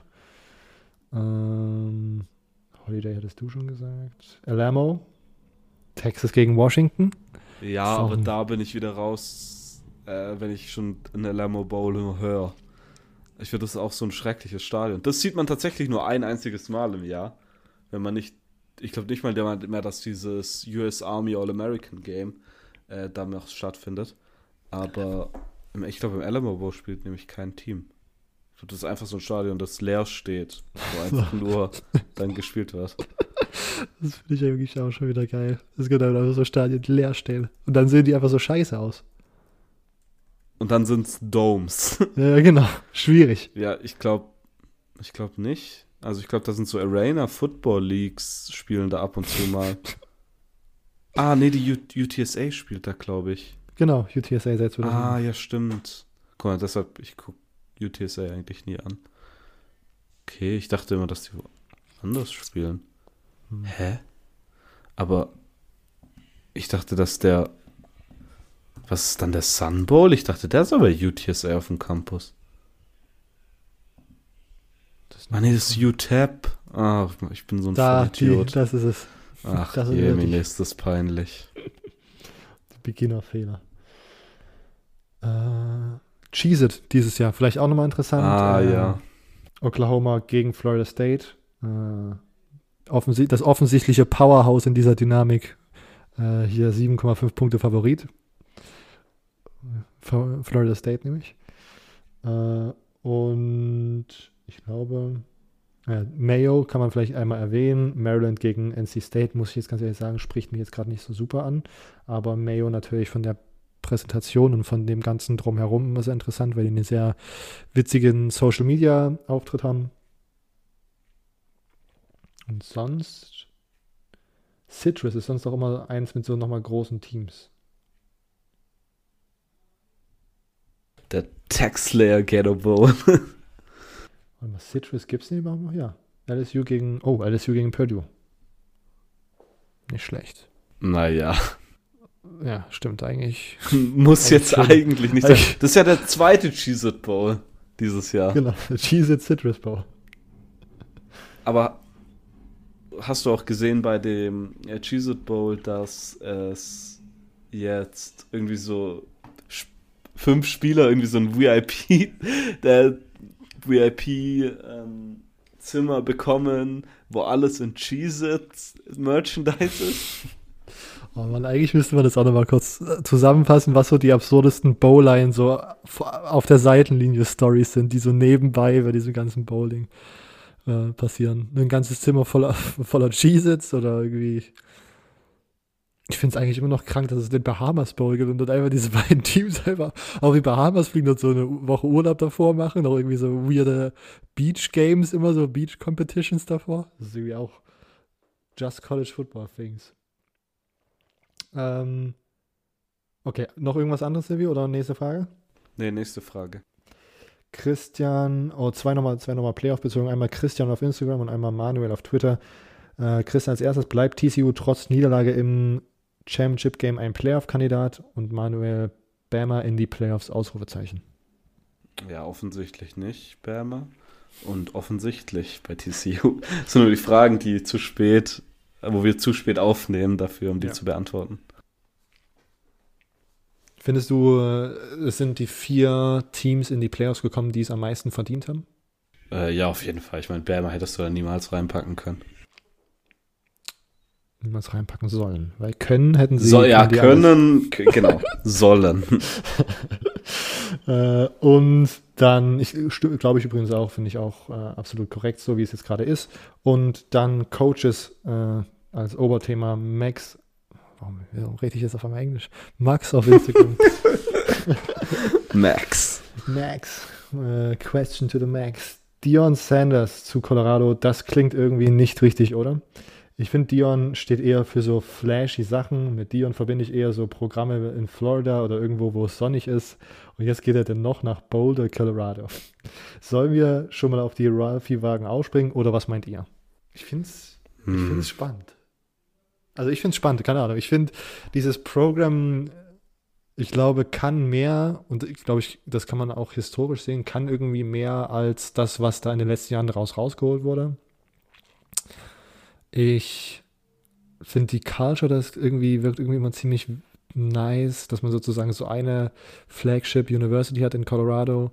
B: Holiday hattest du schon gesagt. Alamo, Texas gegen Washington.
C: Ja, aber da bin ich wieder raus, wenn ich schon in Alamo Bowl höre. Ich finde, das ist auch so ein schreckliches Stadion. Das sieht man tatsächlich nur ein einziges Mal im Jahr, wenn man nicht. Ich glaube nicht mal mehr, dass dieses US Army All-American Game da noch stattfindet. Aber ich glaube, im Alamo Bowl spielt nämlich kein Team. Ich glaube, das ist einfach so ein Stadion, das leer steht, wo einfach nur dann gespielt wird.
B: Das finde ich eigentlich auch schon wieder geil. Es gibt einfach so Stadien, die leer stehen. Und dann sehen die einfach so scheiße aus.
C: Und dann sind es Domes.
B: Ja, genau. Schwierig.
C: Ja, ich glaube nicht. Also ich glaube, da sind so Arena Football Leagues spielen da ab und zu mal. Nee, die UTSA spielt da, glaube ich.
B: Genau, UTSA seit 2000.
C: Ja, stimmt. Guck mal, deshalb, ich gucke UTSA eigentlich nie an. Okay, ich dachte immer, dass die woanders spielen. Hä? Aber ich dachte, dass was ist dann der Sun Bowl? Ich dachte, der ist aber UTSA auf dem Campus. Nee, das ist UTEP. Ich bin so ein Idiot.
B: Das ist es.
C: Ach, Jemine, ist das peinlich.
B: Beginnerfehler. Cheez-It dieses Jahr, vielleicht auch nochmal interessant.
C: Ja.
B: Oklahoma gegen Florida State. Das offensichtliche Powerhouse in dieser Dynamik. Hier 7,5 Punkte Favorit. Florida State nämlich. Und ich glaube, Mayo kann man vielleicht einmal erwähnen. Maryland gegen NC State, muss ich jetzt ganz ehrlich sagen, spricht mich jetzt gerade nicht so super an. Aber Mayo natürlich von der Präsentation und von dem ganzen Drumherum immer sehr interessant, weil die einen sehr witzigen Social-Media-Auftritt haben. Und sonst Citrus ist sonst auch immer eins mit so nochmal großen Teams.
C: Der Tax-Slayer Ghetto Bowl.
B: Warte mal, Citrus gibt es den überhaupt noch? Ja. LSU gegen Purdue. Nicht schlecht.
C: Naja.
B: Ja, stimmt eigentlich.
C: Muss jetzt eigentlich nicht sein. Das ist ja der zweite Cheez-It Bowl dieses Jahr.
B: Genau, der Cheez-It Citrus Bowl.
C: Aber hast du auch gesehen bei dem Cheez-It Bowl, dass es jetzt irgendwie so 5 Spieler irgendwie so ein VIP-Zimmer bekommen, wo alles in Cheez-It Merchandise ist?
B: Oh Mann, eigentlich müsste man das auch nochmal kurz zusammenfassen, was so die absurdesten Bowline so auf der Seitenlinie Stories sind, die so nebenbei bei diesem ganzen Bowling passieren. Ein ganzes Zimmer voller Cheez-Its oder irgendwie. Ich finde es eigentlich immer noch krank, dass es den Bahamas Bowl gibt und dort einfach diese beiden Teams einfach auf die Bahamas fliegen und so eine Woche Urlaub davor machen, auch irgendwie so weirde Beach Games, immer so Beach Competitions davor. Das ist irgendwie auch just College Football Things. Okay, noch irgendwas anderes, Silvio, oder nächste Frage?
C: Nee, nächste Frage.
B: Christian, zwei nochmal Playoff bezogen, einmal Christian auf Instagram und einmal Manuel auf Twitter. Christian als erstes, bleibt TCU trotz Niederlage im Championship Game ein Playoff-Kandidat und Manuel, Bama in die Playoffs, Ausrufezeichen.
C: Ja, offensichtlich nicht, Bama. Und offensichtlich bei TCU. Das sind nur die Fragen, wo wir zu spät aufnehmen dafür, um die zu beantworten.
B: Findest du, es sind die 4 Teams in die Playoffs gekommen, die es am meisten verdient haben?
C: Ja, auf jeden Fall. Ich meine, Bama hättest du da niemals reinpacken können.
B: Niemals reinpacken sollen. Weil können hätten sie...
C: Genau, sollen.
B: Und dann, glaube ich übrigens auch, finde ich auch absolut korrekt, so wie es jetzt gerade ist. Und dann Coaches als Oberthema Max. Warum rede ich jetzt auf einmal Englisch? Max auf Instagram.
C: Max.
B: Question to the Max. Deion Sanders zu Colorado, das klingt irgendwie nicht richtig, oder? Ich finde, Deion steht eher für so flashy Sachen. Mit Deion verbinde ich eher so Programme in Florida oder irgendwo, wo es sonnig ist. Und jetzt geht er dann noch nach Boulder, Colorado. Sollen wir schon mal auf die Ralphie-Wagen aufspringen oder was meint ihr? Ich finde es spannend. Also ich finde es spannend, keine Ahnung. Ich finde dieses Programm, ich glaube, kann mehr, und ich glaube, das kann man auch historisch sehen, kann irgendwie mehr als das, was da in den letzten Jahren rausgeholt wurde. Ich finde die Culture, das wirkt irgendwie immer ziemlich nice, dass man sozusagen so eine Flagship University hat in Colorado.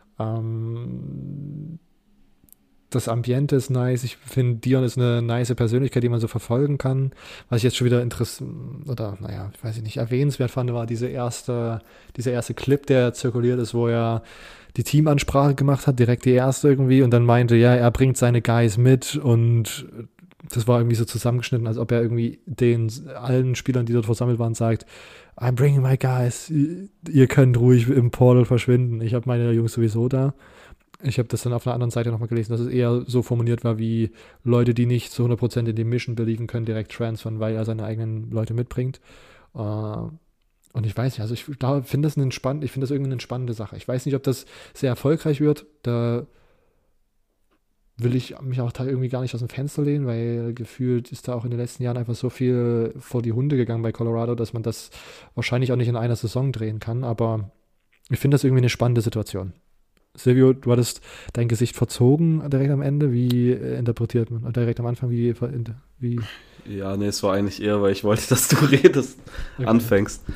B: Das Ambiente ist nice. Ich finde, Deion ist eine nice Persönlichkeit, die man so verfolgen kann. Was ich jetzt schon wieder erwähnenswert fand, war dieser erste Clip, der zirkuliert ist, wo er die Teamansprache gemacht hat, direkt die erste irgendwie, und dann meinte, ja, er bringt seine Guys mit, und das war irgendwie so zusammengeschnitten, als ob er irgendwie allen Spielern, die dort versammelt waren, sagt, I'm bringing my guys, ihr könnt ruhig im Portal verschwinden, ich habe meine Jungs sowieso da. Ich habe das dann auf einer anderen Seite nochmal gelesen, dass es eher so formuliert war, wie Leute, die nicht zu 100% in die Mission believen können, direkt transfern, weil er seine eigenen Leute mitbringt. Und ich weiß nicht, also ich finde das irgendwie eine spannende Sache. Ich weiß nicht, ob das sehr erfolgreich wird. Da will ich mich auch da irgendwie gar nicht aus dem Fenster lehnen, weil gefühlt ist da auch in den letzten Jahren einfach so viel vor die Hunde gegangen bei Colorado, dass man das wahrscheinlich auch nicht in einer Saison drehen kann. Aber ich finde das irgendwie eine spannende Situation. Silvio, du hattest dein Gesicht verzogen direkt am Ende. Wie interpretiert man? Direkt am Anfang, wie?
C: Ja, nee, es war eigentlich eher, weil ich wollte, dass du anfängst.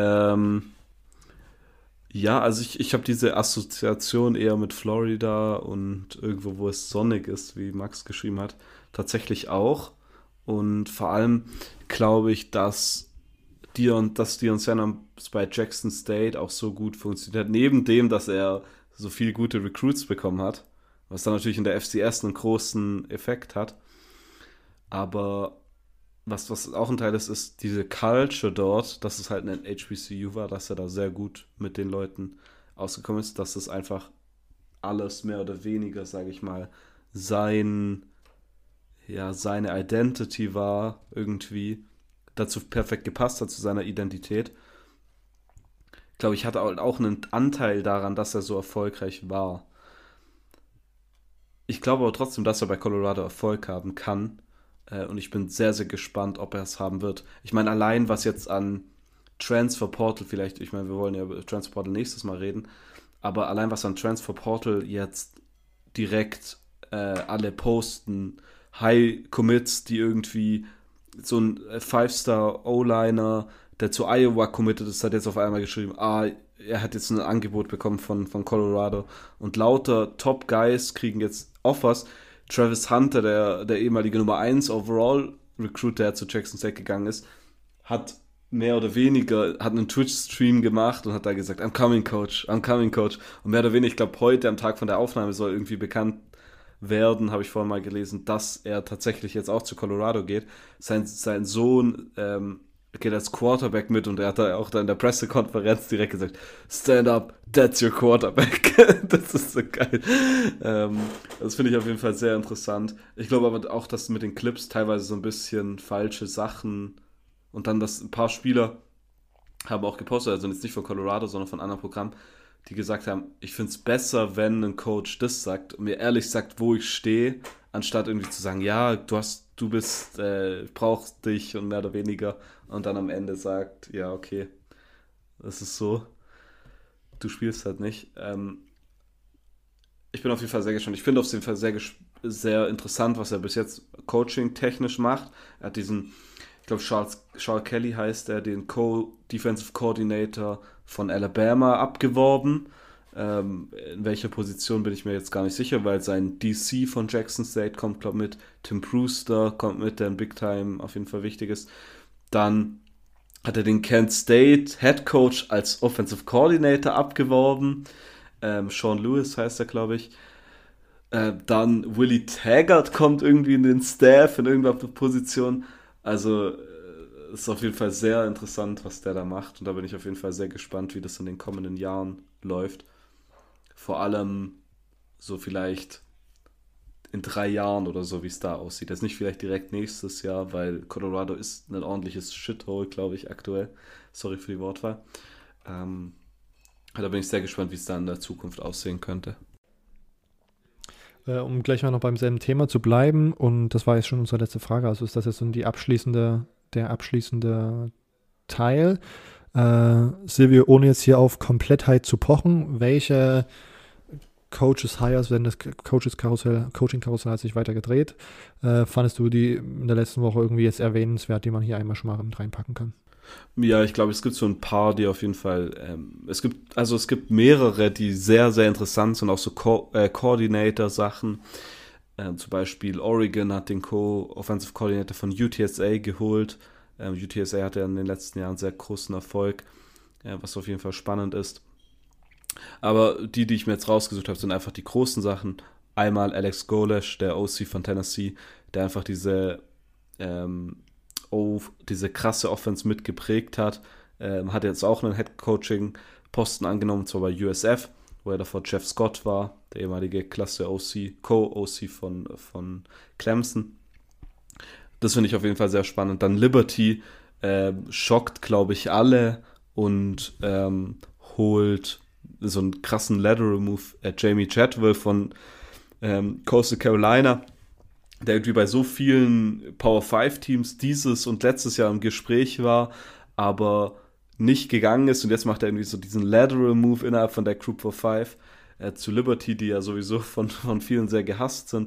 C: Ja, also ich habe diese Assoziation eher mit Florida und irgendwo, wo es sonnig ist, wie Max geschrieben hat, tatsächlich auch. Und vor allem glaube ich, dass Deion Sanders bei Jackson State auch so gut funktioniert hat. Neben dem, dass er so viele gute Recruits bekommen hat, was dann natürlich in der FCS einen großen Effekt hat. Aber was auch ein Teil ist diese Culture dort, dass es halt ein HBCU war, dass er da sehr gut mit den Leuten ausgekommen ist, dass es einfach alles mehr oder weniger, sage ich mal, seine Identity war, irgendwie dazu perfekt gepasst hat, zu seiner Identität. Ich glaube, ich hatte auch einen Anteil daran, dass er so erfolgreich war. Ich glaube aber trotzdem, dass er bei Colorado Erfolg haben kann. Und ich bin sehr, sehr gespannt, ob er es haben wird. Ich meine, allein was jetzt an Transfer Portal vielleicht, ich meine, wir wollen ja über Transfer Portal nächstes Mal reden, aber allein was an Transfer Portal jetzt direkt alle posten High-Commits, die irgendwie so ein 5-Star O-Liner, der zu Iowa committed ist, hat jetzt auf einmal geschrieben, er hat jetzt ein Angebot bekommen von Colorado. Und lauter Top-Guys kriegen jetzt Offers. Travis Hunter, der ehemalige Nummer 1 Overall-Recruit, der zu Jackson State gegangen ist, hat mehr oder weniger, hat einen Twitch-Stream gemacht und hat da gesagt, I'm coming, Coach. Und mehr oder weniger, ich glaube, heute am Tag von der Aufnahme soll irgendwie bekannt werden, habe ich vorhin mal gelesen, dass er tatsächlich jetzt auch zu Colorado geht. Sein Sohn geht als Quarterback mit und er hat da auch da in der Pressekonferenz direkt gesagt, stand up, that's your quarterback. Das ist so geil. Das finde ich auf jeden Fall sehr interessant. Ich glaube aber auch, dass mit den Clips teilweise so ein bisschen falsche Sachen und dann, dass ein paar Spieler haben auch gepostet, also jetzt nicht von Colorado, sondern von anderen Programmen, die gesagt haben, ich finde es besser, wenn ein Coach das sagt und mir ehrlich sagt, wo ich stehe, anstatt irgendwie zu sagen, ja, du bist, brauchst dich und mehr oder weniger und dann am Ende sagt, ja, okay, das ist so, du spielst halt nicht. Ich bin auf jeden Fall sehr gespannt. Ich finde auf jeden Fall sehr interessant, was er bis jetzt coaching-technisch macht. Er hat diesen, ich glaube, Charles Kelly heißt er, den Co-Defensive Coordinator von Alabama abgeworben. In welcher Position bin ich mir jetzt gar nicht sicher, weil sein DC von Jackson State kommt, glaube ich, mit. Tim Brewster kommt mit, der ein Big Time auf jeden Fall wichtig ist. Dann hat er den Kent State Head Coach als Offensive Coordinator abgeworben. Sean Lewis heißt er, glaube ich. Dann Willie Taggart kommt irgendwie in den Staff in irgendeiner Position. Also ist auf jeden Fall sehr interessant, was der da macht. Und da bin ich auf jeden Fall sehr gespannt, wie das in den kommenden Jahren läuft. Vor allem so vielleicht in 3 Jahren oder so, wie es da aussieht. Jetzt nicht vielleicht direkt nächstes Jahr, weil Colorado ist ein ordentliches Shithole, glaube ich, aktuell. Sorry für die Wortwahl. Da bin ich sehr gespannt, wie es da in der Zukunft aussehen könnte.
B: Um gleich mal noch beim selben Thema zu bleiben, und das war jetzt schon unsere letzte Frage, also ist das jetzt so der abschließende Teil. Silvio, ohne jetzt hier auf Komplettheit zu pochen, welche Coaches-Hires, wenn das Coaching-Karussell hat sich weiter gedreht, fandest du die in der letzten Woche irgendwie jetzt erwähnenswert, die man hier einmal schon mal mit reinpacken kann?
C: Ja, ich glaube, es gibt so ein paar, die auf jeden Fall, es gibt mehrere, die sehr, sehr interessant sind, auch so Coordinator-Sachen. Zum Beispiel Oregon hat den Co-Offensive Coordinator von UTSA geholt. UTSA hatte in den letzten Jahren sehr großen Erfolg, was auf jeden Fall spannend ist. Aber die ich mir jetzt rausgesucht habe, sind einfach die großen Sachen. Einmal Alex Golesh, der OC von Tennessee, der einfach diese krasse Offense mitgeprägt hat. Hat jetzt auch einen Head-Coaching-Posten angenommen, und zwar bei USF, wo er davor Jeff Scott war, der ehemalige Klasse Co-OC von Clemson. Das finde ich auf jeden Fall sehr spannend. Dann Liberty schockt, glaube ich, alle und holt so einen krassen Lateral Move. Jamie Chadwell von Coastal Carolina, der irgendwie bei so vielen Power-5-Teams dieses und letztes Jahr im Gespräch war, aber nicht gegangen ist. Und jetzt macht er irgendwie so diesen Lateral Move innerhalb von der Group of Five zu Liberty, die ja sowieso von vielen sehr gehasst sind.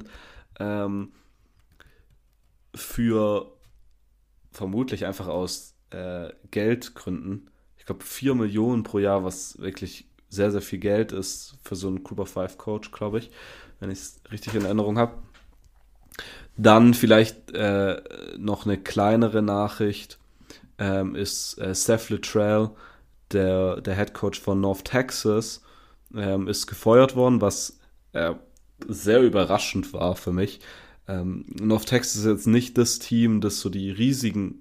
C: Für vermutlich einfach aus Geldgründen. Ich glaube 4 Millionen pro Jahr, was wirklich sehr, sehr viel Geld ist für so einen Group of Five Coach, glaube ich, wenn ich es richtig in Erinnerung habe. Dann vielleicht noch eine kleinere Nachricht ist Seth Littrell, der Head Coach von North Texas, ist gefeuert worden, was sehr überraschend war für mich. North Texas ist jetzt nicht das Team, das so die riesigen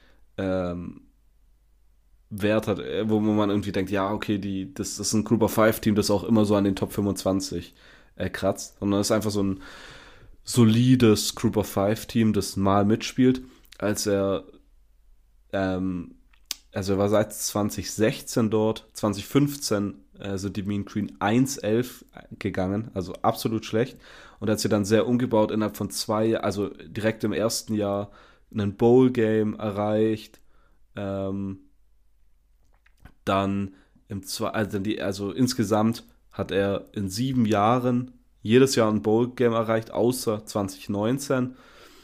C: Wert hat, wo man irgendwie denkt, ja, okay, das ist ein Group of Five Team, das auch immer so an den Top 25 kratzt. Und dann ist einfach so ein solides Group of Five Team, das mal mitspielt. Er war seit 2016 dort, 2015 sind die Mean Green 1-11 gegangen, also absolut schlecht. Und er hat sie dann sehr umgebaut innerhalb von 2, also direkt im ersten Jahr einen Bowl-Game erreicht. Dann insgesamt hat er in 7 Jahren jedes Jahr ein Bowl-Game erreicht, außer 2019.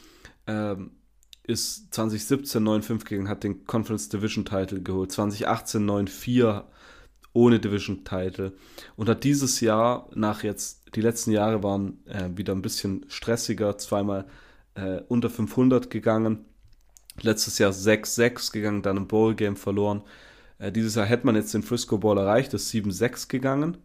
C: Ist 2017 9-5 gegangen, hat den Conference Division Title geholt, 2018 9-4 ohne Division Title und hat dieses Jahr, nach jetzt, die letzten Jahre waren wieder ein bisschen stressiger, zweimal unter 500 gegangen, letztes Jahr 6-6 gegangen, dann im Bowl-Game verloren. Dieses Jahr hätte man jetzt den Frisco Bowl erreicht, ist 7-6 gegangen,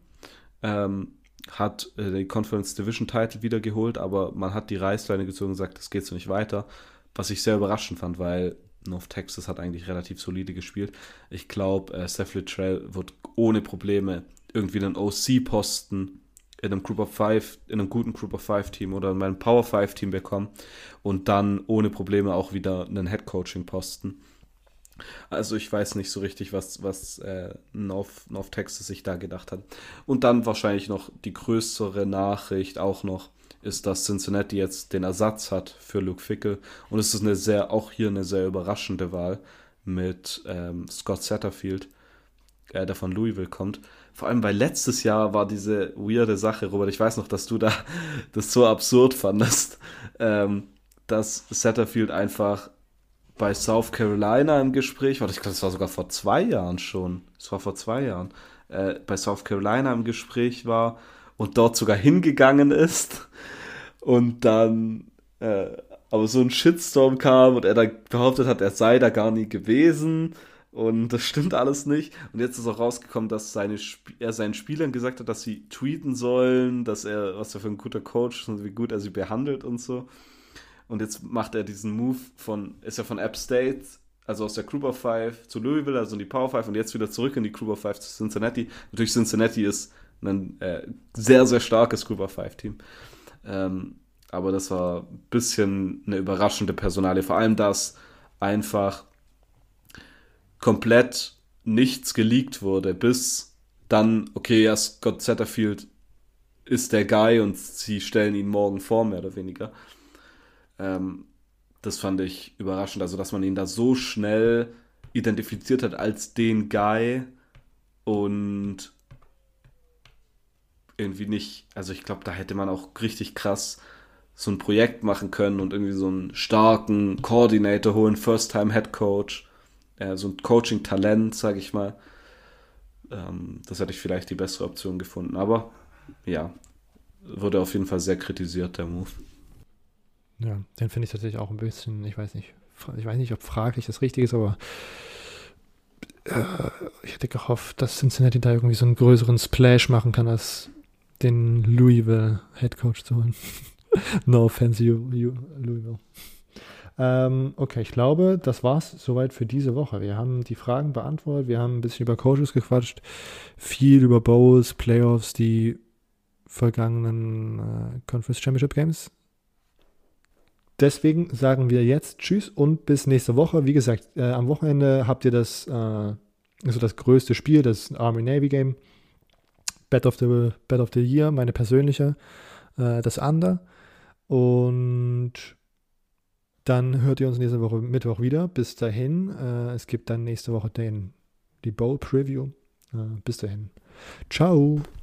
C: hat die Conference Division Title wieder geholt, aber man hat die Reißleine gezogen und gesagt, das geht so nicht weiter, was ich sehr überraschend fand, weil North Texas hat eigentlich relativ solide gespielt. Ich glaube, Seth Littrell wird ohne Probleme irgendwie einen OC-Posten in einem guten Group of Five Team oder in einem Power 5 Team bekommen und dann ohne Probleme auch wieder einen Head-Coaching-Posten. Also ich weiß nicht so richtig, was North Texas sich da gedacht hat. Und dann wahrscheinlich noch die größere Nachricht auch noch, ist, dass Cincinnati jetzt den Ersatz hat für Luke Fickell. Und es ist auch hier eine sehr überraschende Wahl mit Scott Satterfield, der von Louisville kommt. Vor allem, weil letztes Jahr war diese weirde Sache, Robert, ich weiß noch, dass du da das so absurd fandest, dass Satterfield einfach bei South Carolina im Gespräch war. Ich glaube, das war sogar vor 2 Jahren schon. Das war vor 2 Jahren. Bei South Carolina im Gespräch war und dort sogar hingegangen ist und dann aber so ein Shitstorm kam und er dann behauptet hat, er sei da gar nie gewesen und das stimmt alles nicht. Und jetzt ist auch rausgekommen, dass er seinen Spielern gesagt hat, dass sie tweeten sollen, was er für ein guter Coach ist und wie gut er sie behandelt und so. Und jetzt macht er diesen Move ist er von App State, also aus der Group of Five zu Louisville, also in die Power 5 und jetzt wieder zurück in die Group of Five zu Cincinnati. Natürlich Cincinnati ist ein sehr, sehr starkes Group of Five Team. Aber das war ein bisschen eine überraschende Personalie. Vor allem, dass einfach komplett nichts geleakt wurde, bis dann, okay, ja, Scott Satterfield ist der Guy und sie stellen ihn morgen vor, mehr oder weniger. Das fand ich überraschend, also dass man ihn da so schnell identifiziert hat als den Guy und irgendwie nicht, also ich glaube, da hätte man auch richtig krass so ein Projekt machen können und irgendwie so einen starken Coordinator holen, First-Time-Head-Coach, so ein Coaching-Talent, sage ich mal. Das hätte ich vielleicht die bessere Option gefunden, aber ja, wurde auf jeden Fall sehr kritisiert, der Move.
B: Ja, den finde ich tatsächlich auch ein bisschen, ich weiß nicht, ob fraglich das Richtige ist, aber ich hätte gehofft, dass Cincinnati da irgendwie so einen größeren Splash machen kann, als den Louisville Head Coach zu holen. No offense, Louisville. Okay, ich glaube, das war's soweit für diese Woche. Wir haben die Fragen beantwortet, wir haben ein bisschen über Coaches gequatscht, viel über Bowls, Playoffs, die vergangenen Conference Championship Games. Deswegen sagen wir jetzt Tschüss und bis nächste Woche. Wie gesagt, am Wochenende habt ihr das größte Spiel, das Army-Navy-Game. Bet of the Year, meine persönliche, das Under. Und dann hört ihr uns nächste Woche Mittwoch wieder. Bis dahin, es gibt dann nächste Woche die Bowl-Preview. Bis dahin. Ciao.